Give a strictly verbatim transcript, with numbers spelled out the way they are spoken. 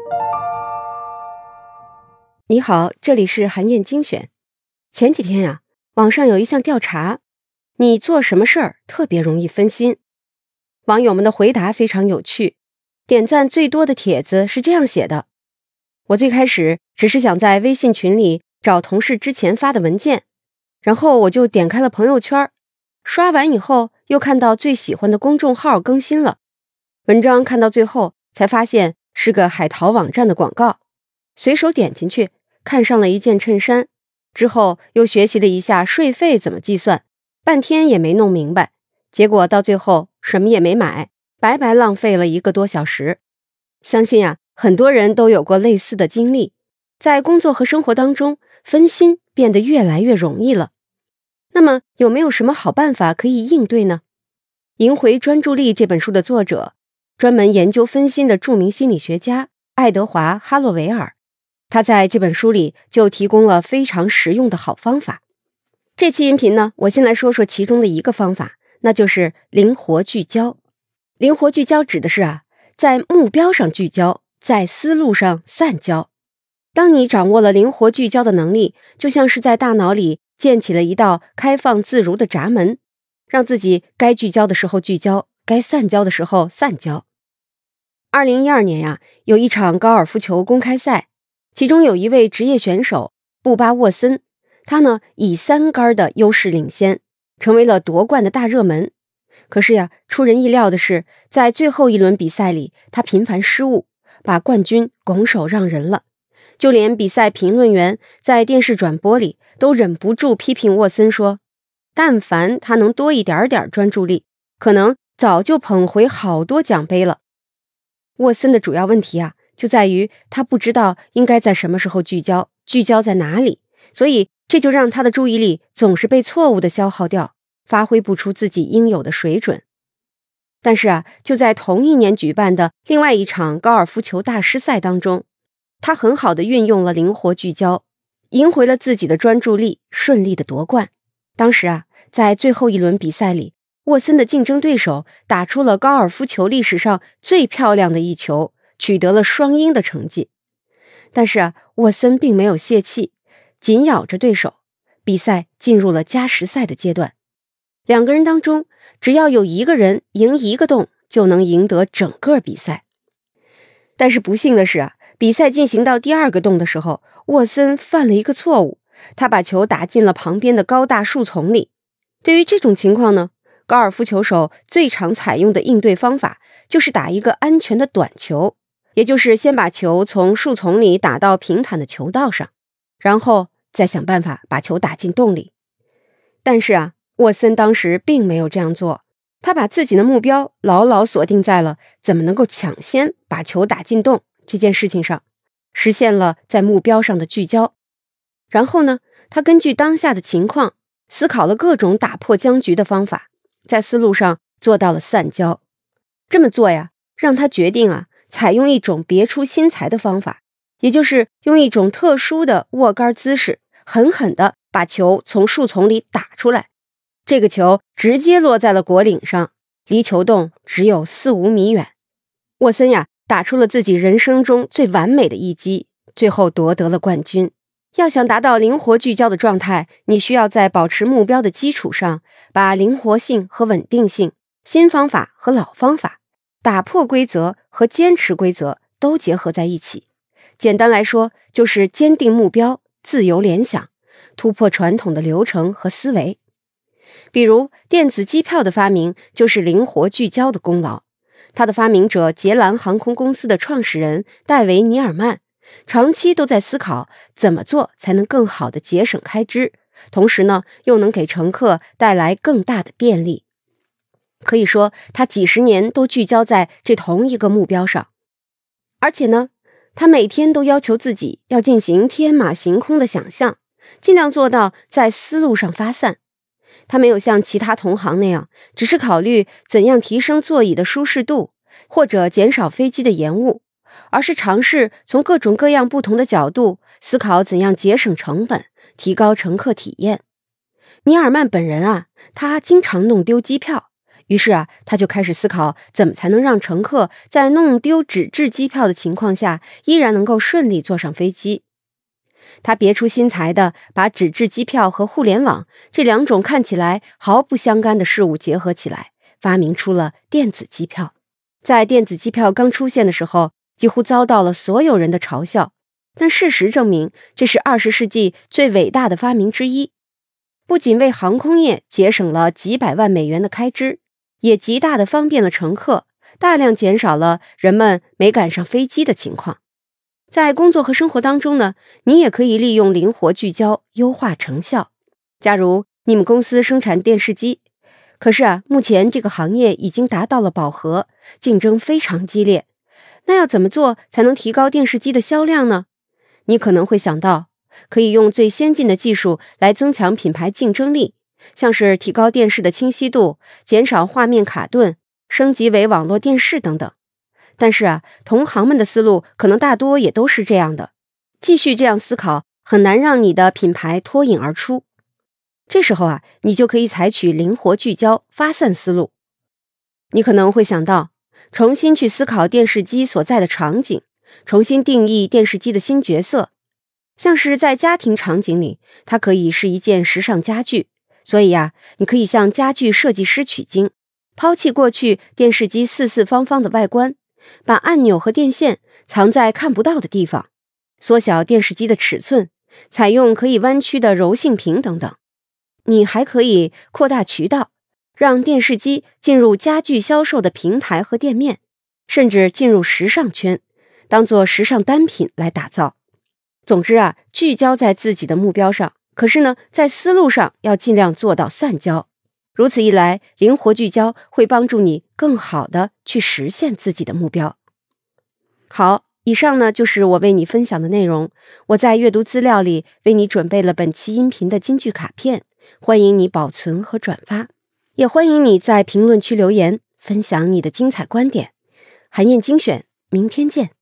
你好，这里是韩燕精选。前几天呀、啊，网上有一项调查，你做什么事儿特别容易分心？网友们的回答非常有趣，点赞最多的帖子是这样写的：我最开始只是想在微信群里找同事之前发的文件，然后我就点开了朋友圈，刷完以后又看到最喜欢的公众号更新了，文章看到最后才发现是个海淘网站的广告，随手点进去看上了一件衬衫，之后又学习了一下税费怎么计算，半天也没弄明白，结果到最后什么也没买，白白浪费了一个多小时。相信啊，很多人都有过类似的经历，在工作和生活当中，分心变得越来越容易了。那么有没有什么好办法可以应对呢？《赢回专注力》这本书的作者，专门研究分心的著名心理学家爱德华·哈洛维尔，他在这本书里就提供了非常实用的好方法。这期音频呢，我先来说说其中的一个方法，那就是灵活聚焦。灵活聚焦指的是啊，在目标上聚焦，在思路上散焦。当你掌握了灵活聚焦的能力，就像是在大脑里建起了一道开放自如的闸门，让自己该聚焦的时候聚焦，该散焦的时候散焦。二零一二年呀、啊，有一场高尔夫球公开赛，其中有一位职业选手布巴沃森，他呢以三杆的优势领先，成为了夺冠的大热门。可是呀，出人意料的是，在最后一轮比赛里，他频繁失误，把冠军拱手让人了。就连比赛评论员在电视转播里都忍不住批评沃森说，但凡他能多一点点专注力，可能早就捧回好多奖杯了。沃森的主要问题啊，就在于他不知道应该在什么时候聚焦，聚焦在哪里，所以这就让他的注意力总是被错误的消耗掉，发挥不出自己应有的水准。但是啊，就在同一年举办的另外一场高尔夫球大师赛当中，他很好的运用了灵活聚焦，赢回了自己的专注力，顺利的夺冠。当时啊，在最后一轮比赛里，沃森的竞争对手打出了高尔夫球历史上最漂亮的一球，取得了双赢的成绩。但是啊，沃森并没有泄气，紧咬着对手，比赛进入了加时赛的阶段。两个人当中，只要有一个人赢一个洞，就能赢得整个比赛。但是不幸的是啊，比赛进行到第二个洞的时候，沃森犯了一个错误，他把球打进了旁边的高大树丛里。对于这种情况呢，高尔夫球手最常采用的应对方法就是打一个安全的短球，也就是先把球从树丛里打到平坦的球道上，然后再想办法把球打进洞里。但是啊，沃森当时并没有这样做，他把自己的目标牢牢锁定在了怎么能够抢先把球打进洞这件事情上，实现了在目标上的聚焦。然后呢，他根据当下的情况，思考了各种打破僵局的方法，在思路上做到了散焦。这么做呀，让他决定啊，采用一种别出心裁的方法，也就是用一种特殊的握杆姿势，狠狠地把球从树丛里打出来。这个球直接落在了果岭上，离球洞只有四五米远。沃森呀，打出了自己人生中最完美的一击，最后夺得了冠军。要想达到灵活聚焦的状态，你需要在保持目标的基础上，把灵活性和稳定性、新方法和老方法、打破规则和坚持规则都结合在一起。简单来说，就是坚定目标，自由联想，突破传统的流程和思维。比如电子机票的发明就是灵活聚焦的功劳。它的发明者捷兰航空公司的创始人戴维·尼尔曼长期都在思考怎么做才能更好的节省开支，同时呢又能给乘客带来更大的便利。可以说他几十年都聚焦在这同一个目标上，而且呢他每天都要求自己要进行天马行空的想象，尽量做到在思路上发散。他没有像其他同行那样只是考虑怎样提升座椅的舒适度或者减少飞机的延误，而是尝试从各种各样不同的角度思考怎样节省成本，提高乘客体验。尼尔曼本人啊，他经常弄丢机票， 于是啊，他就开始思考怎么才能让乘客在弄丢纸质机票的情况下，依然能够顺利坐上飞机。他别出心裁地把纸质机票和互联网这两种看起来毫不相干的事物结合起来，发明出了电子机票。在电子机票刚出现的时候，几乎遭到了所有人的嘲笑，但事实证明，这是二十世纪最伟大的发明之一。不仅为航空业节省了几百万美元的开支，也极大地方便了乘客，大量减少了人们没赶上飞机的情况。在工作和生活当中呢，你也可以利用灵活聚焦，优化成效。假如你们公司生产电视机，可是啊，目前这个行业已经达到了饱和，竞争非常激烈。那要怎么做才能提高电视机的销量呢？你可能会想到，可以用最先进的技术来增强品牌竞争力，像是提高电视的清晰度，减少画面卡顿，升级为网络电视等等。但是啊，同行们的思路可能大多也都是这样的，继续这样思考，很难让你的品牌脱颖而出。这时候啊，你就可以采取灵活聚焦、发散思路。你可能会想到，重新去思考电视机所在的场景，重新定义电视机的新角色。像是在家庭场景里，它可以是一件时尚家具，所以呀、啊，你可以向家具设计师取经，抛弃过去电视机四四方方的外观，把按钮和电线藏在看不到的地方，缩小电视机的尺寸，采用可以弯曲的柔性屏等等。你还可以扩大渠道，让电视机进入家具销售的平台和店面，甚至进入时尚圈，当作时尚单品来打造。总之啊，聚焦在自己的目标上，可是呢，在思路上要尽量做到散焦。如此一来，灵活聚焦会帮助你更好的去实现自己的目标。好，以上呢就是我为你分享的内容。我在阅读资料里为你准备了本期音频的金句卡片，欢迎你保存和转发，也欢迎你在评论区留言，分享你的精彩观点。韩燕精选，明天见。